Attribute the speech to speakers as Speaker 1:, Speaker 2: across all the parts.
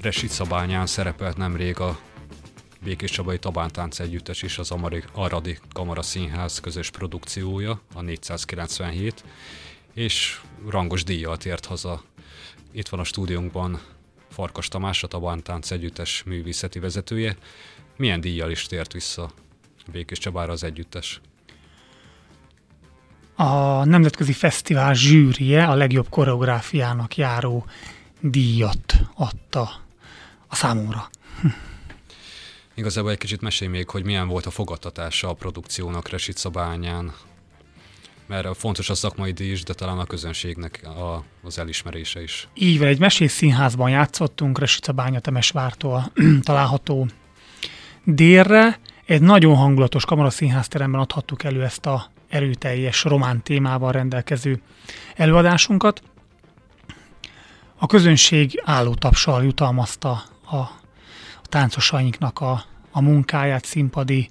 Speaker 1: Resicabányán szerepelt nemrég a Békés Csabai Tabántánc Együttes is, az Aradi Kamara Színház közös produkciója, a 497, és rangos díjjal tért haza. Itt van a stúdiónkban Farkas Tamás, a Tabántánc Együttes művészeti vezetője. Milyen díjjal is tért vissza Békés Csabára az együttes?
Speaker 2: A Nemzetközi Fesztivál zsűrije a legjobb koreográfiának járó díjat adta a számomra.
Speaker 1: Igazából egy kicsit mesélj még, hogy milyen volt a fogadtatása a produkciónak Resicabányán, mert fontos a szakmai díj is, de talán a közönségnek az elismerése is.
Speaker 2: Így van, egy mesészínházban játszottunk, Resicabánya Temesvártól található délre. Egy nagyon hangulatos kamaraszínházteremben adhattuk elő ezt a erőteljes román témával rendelkező előadásunkat. A közönség álló tapssal jutalmazta a táncosainknak a munkáját, színpadi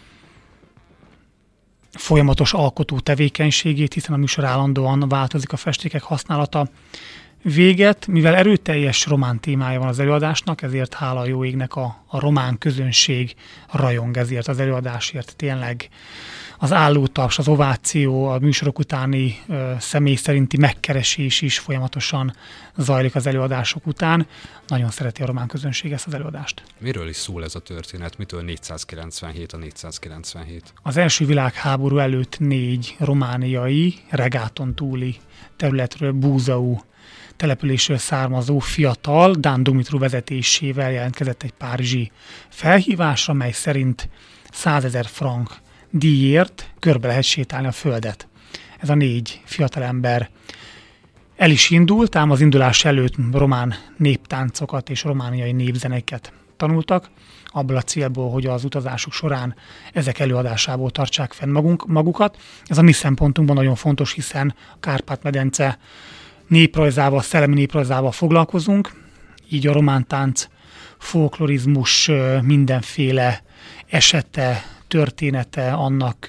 Speaker 2: folyamatos alkotó tevékenységét, hiszen a műsor állandóan változik a festékek használata véget. Mivel erőteljes román témája van az előadásnak, ezért hála jó égnek a román közönség rajong ezért az előadásért. Tényleg az állótaps, az ováció, a műsorok utáni személy szerinti megkeresés is folyamatosan zajlik az előadások után. Nagyon szereti a román közönség ezt az előadást.
Speaker 1: Miről is szól ez a történet? Mitől 497 a 497?
Speaker 2: Az első világháború előtt 4 romániai, Regáton túli területről, Búzau településről származó fiatal Dán Dumitru vezetésével jelentkezett egy párizsi felhívásra, mely szerint 100 000 frank díjért körbe lehet sétálni a földet. Ez a 4 fiatalember el is indult, ám az indulás előtt román néptáncokat és romániai népzeneket tanultak, abból a célból, hogy az utazásuk során ezek előadásából tartsák fenn magukat. Ez a mi szempontunkban nagyon fontos, hiszen a Kárpát-medence néprajzával, szellemi néprajzával foglalkozunk, így a román tánc, folklorizmus mindenféle esete, története, annak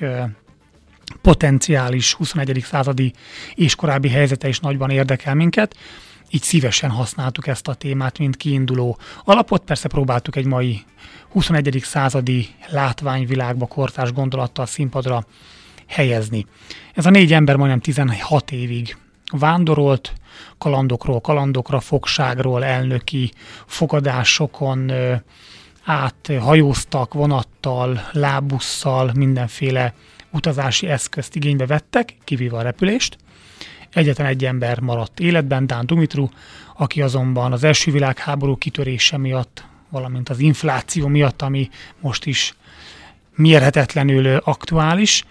Speaker 2: potenciális 21. századi és korábbi helyzete is nagyban érdekel minket. Így szívesen használtuk ezt a témát, mint kiinduló alapot. Persze próbáltuk egy mai 21. századi látványvilágba, kortárs gondolattal színpadra helyezni. Ez a 4 ember majdnem 16 évig vándorolt, kalandokról kalandokra, fogságról, elnöki fogadásokon áthajóztak, vonattal, lábbusszal, mindenféle utazási eszközt igénybe vettek, kivéve a repülést. Egyetlen egy ember maradt életben, Dán Dumitru, aki azonban az első világháború kitörése miatt, valamint az infláció miatt, ami most is mérhetetlenül aktuális,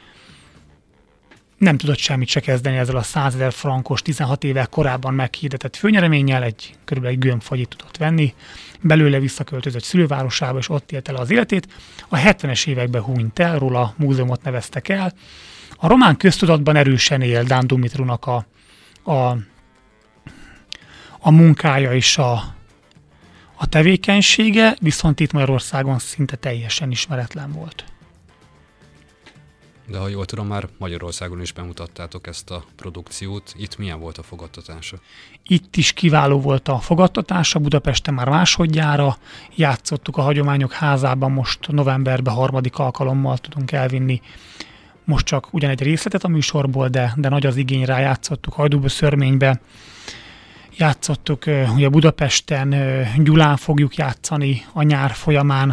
Speaker 2: nem tudott semmit se kezdeni ezzel a 100 000 frankos, 16 évvel korábban meghirdetett főnyereménnyel, körülbelül egy gömbfagyit tudott venni, belőle visszaköltözött szülővárosába, és ott élte le az életét. A 70-es években hunyt el, róla múzeumot neveztek el. A román köztudatban erősen él Dán Dumitrunak a munkája és a tevékenysége, viszont itt Magyarországon szinte teljesen ismeretlen volt.
Speaker 1: De ha jól tudom, már Magyarországon is bemutattátok ezt a produkciót. Itt milyen volt a fogadtatása?
Speaker 2: Itt is kiváló volt a fogadtatása, Budapesten már másodjára játszottuk a Hagyományok Házában, most novemberben 3. alkalommal tudunk elvinni most csak ugyanegy részletet a műsorból, de nagy az igény rá, játszottuk Hajdúböszörménybe, játszottuk ugye Budapesten, Gyulán fogjuk játszani a nyár folyamán.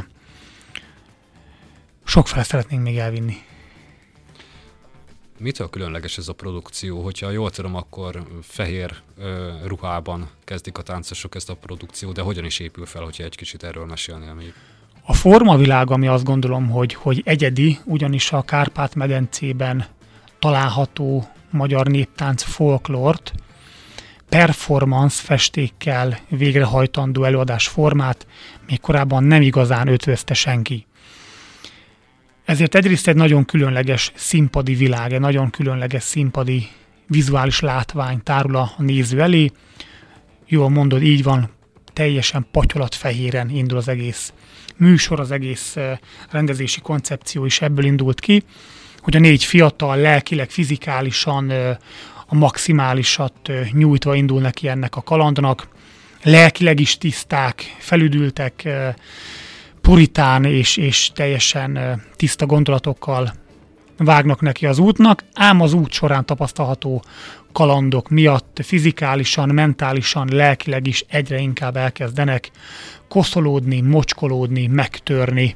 Speaker 2: Sokfele szeretnénk még elvinni.
Speaker 1: Mitől különleges ez a produkció? Hogyha jól tudom, akkor fehér ruhában kezdik a táncosok ezt a produkciót, de hogyan is épül fel, hogyha egy kicsit erről mesélnél még?
Speaker 2: A formavilág, ami azt gondolom, hogy egyedi, ugyanis a Kárpát-medencében található magyar néptánc folklort, performance festékkel végrehajtandó előadásformát még korábban nem igazán ötvözte senki. Ezért egyrészt egy nagyon különleges színpadi világ, egy nagyon különleges színpadi vizuális látvány tárul a néző elé. Jól mondod, így van, teljesen patyolatfehéren indul az egész műsor, az egész rendezési koncepció is ebből indult ki, hogy a 4 fiatal lelkileg, fizikálisan a maximálisat nyújtva indul neki ennek a kalandnak. lelkileg is tiszták, felüdültek, puritán és teljesen tiszta gondolatokkal vágnak neki az útnak, ám az út során tapasztalható kalandok miatt fizikálisan, mentálisan, lelkileg is egyre inkább elkezdenek koszolódni, mocskolódni, megtörni.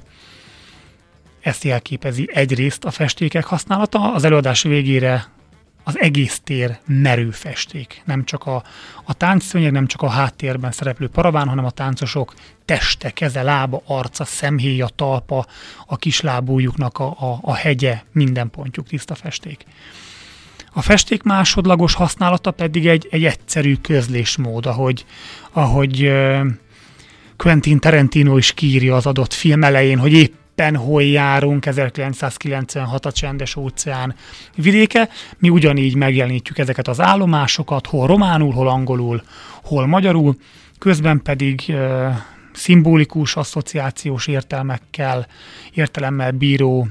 Speaker 2: Ezt jelképezi egyrészt a festékek használata, az előadás végére az egész tér merő festék. Nem csak a táncszőnyeg, nem csak a háttérben szereplő paraván, hanem a táncosok teste, keze, lába, arca, szemhéja, talpa, a kislábújuknak a hegye, minden pontjuk tiszta festék. A festék másodlagos használata pedig egy egyszerű közlésmód, ahogy Quentin Tarantino is kiírja az adott film elején, hogy éppen hol járunk, 1996 a Csendes-óceán vidéke, mi ugyanígy megjelenítjük ezeket az állomásokat, hol románul, hol angolul, hol magyarul, közben pedig szimbolikus, asszociációs értelemmel bíró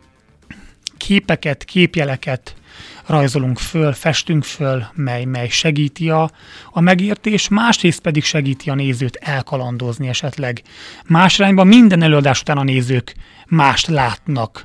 Speaker 2: képeket, képjeleket rajzolunk föl, festünk föl, mely segíti a megértés, másrészt pedig segíti a nézőt elkalandozni esetleg más irányba. Minden előadás után a nézők mást látnak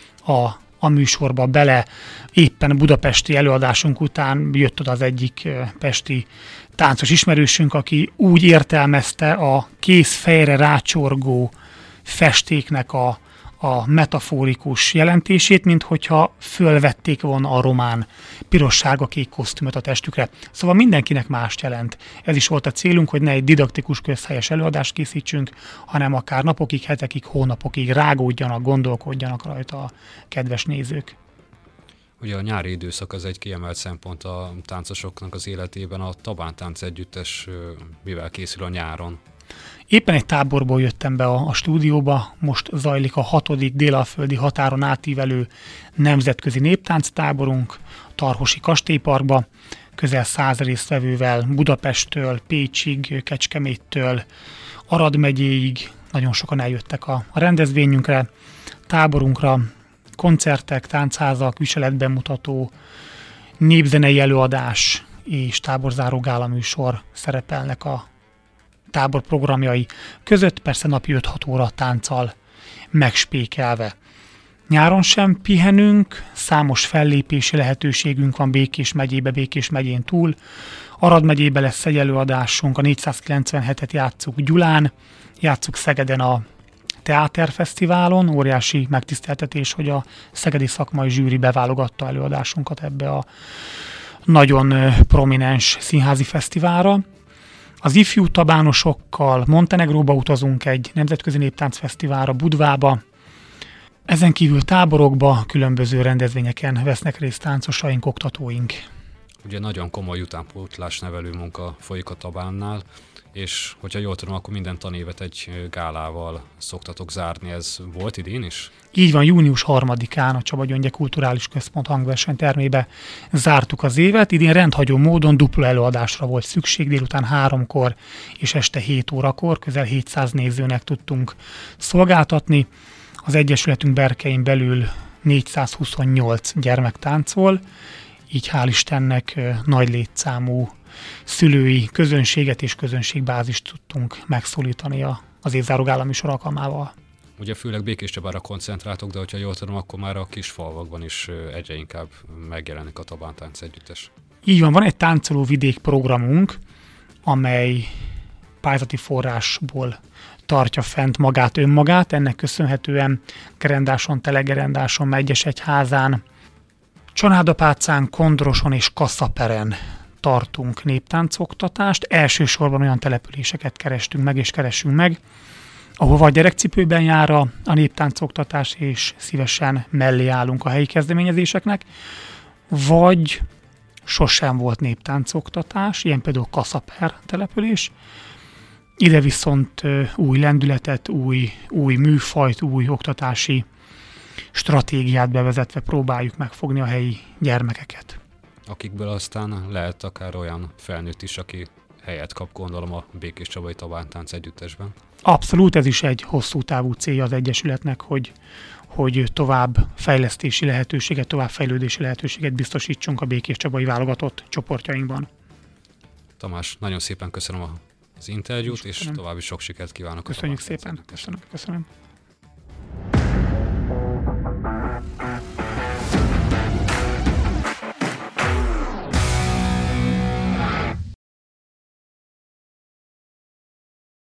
Speaker 2: a műsorba bele. Éppen budapesti előadásunk után jött oda az egyik pesti táncos ismerősünk, aki úgy értelmezte a kész fejre rácsorgó festéknek a metaforikus jelentését, mint hogyha fölvették volna a román piros-sárga-kék kosztümöt a testükre. Szóval mindenkinek mást jelent. Ez is volt a célunk, hogy ne egy didaktikus közhelyes előadást készítsünk, hanem akár napokig, hetekig, hónapokig rágódjanak, gondolkodjanak rajta a kedves nézők.
Speaker 1: Ugye a nyári időszak az egy kiemelt szempont a táncosoknak az életében. A Tabántánc Együttes mivel készül a nyáron?
Speaker 2: Éppen egy táborból jöttem be a stúdióba, most zajlik a 6. délalföldi határon átívelő nemzetközi néptánctáborunk Tarhosi Kastélyparkba, közel 100 résztvevővel Budapesttől, Pécsig, Kecskeméttől, Arad megyéig, nagyon sokan eljöttek a rendezvényünkre, táborunkra, koncertek, táncházak, viseletbemutató, népzenei előadás és táborzáró gálaműsor szerepelnek a tábor programjai között, persze napi 5-6 óra tánccal megspékelve. Nyáron sem pihenünk, számos fellépési lehetőségünk van Békés megyébe, Békés megyén túl. Arad megyébe lesz egy előadásunk, a 497-et játsszuk Gyulán, játsszuk Szegeden a Teáterfesztiválon, óriási megtiszteltetés, hogy a szegedi szakmai zsűri beválogatta előadásunkat ebbe a nagyon prominens színházi fesztiválra. Az ifjú tabánosokkal Montenegróba utazunk egy nemzetközi néptáncfesztiválra, Budvába. Ezen kívül táborokba, különböző rendezvényeken vesznek részt táncosaink, oktatóink.
Speaker 1: Ugye nagyon komoly utánpótlás nevelő munka folyik a Tabánnál, és hogyha jól tudom, akkor minden tanévet egy gálával szoktatok zárni. Ez volt idén is?
Speaker 2: Így van, június 3-án a Csaba Gyöngye Kulturális Központ hangversenytermébe zártuk az évet. Idén rendhagyó módon dupla előadásra volt szükség, délután 3-kor és este 7 órakor, közel 700 nézőnek tudtunk szolgáltatni. Az Egyesületünk berkein belül 428 gyermek táncol, így hál' Istennek nagy létszámú szülői közönséget és közönségbázist tudtunk megszólítani az évzáró gálaműsor alkalmával.
Speaker 1: Ugye főleg Békéscsabára koncentráltok, de hogyha jól tudom, akkor már a kis falvakban is egyre inkább megjelenik a Tabántánc Együttes.
Speaker 2: Így van egy táncoló vidék programunk, amely pályázati forrásból tartja fent magát önmagát. Ennek köszönhetően Gerendáson, Telegerendáson, Megyesegyházán, Csanádapácán, Kondroson és Kaszaperen tartunk néptáncoktatást. Elsősorban olyan településeket kerestünk meg és keresünk meg, ahol vagy gyerekcipőben jár a néptáncoktatás, és szívesen mellé állunk a helyi kezdeményezéseknek, vagy sosem volt néptáncoktatás, ilyen például Kaszaper település. Ide viszont új lendületet, új műfajt, új oktatási stratégiát bevezetve próbáljuk megfogni a helyi gyermekeket.
Speaker 1: Akikből aztán lehet akár olyan felnőtt is, aki helyet kap, gondolom, a Békéscsabai Tabántánc Együttesben.
Speaker 2: Abszolút, ez is egy hosszú távú célja az Egyesületnek, hogy tovább fejlesztési lehetőséget, tovább fejlődési lehetőséget biztosítsunk a békéscsabai válogatott csoportjainkban.
Speaker 1: Tamás, nagyon szépen köszönöm a az interjút, és további sok sikert kívánok.
Speaker 2: Köszönjük szépen. Köszönöm.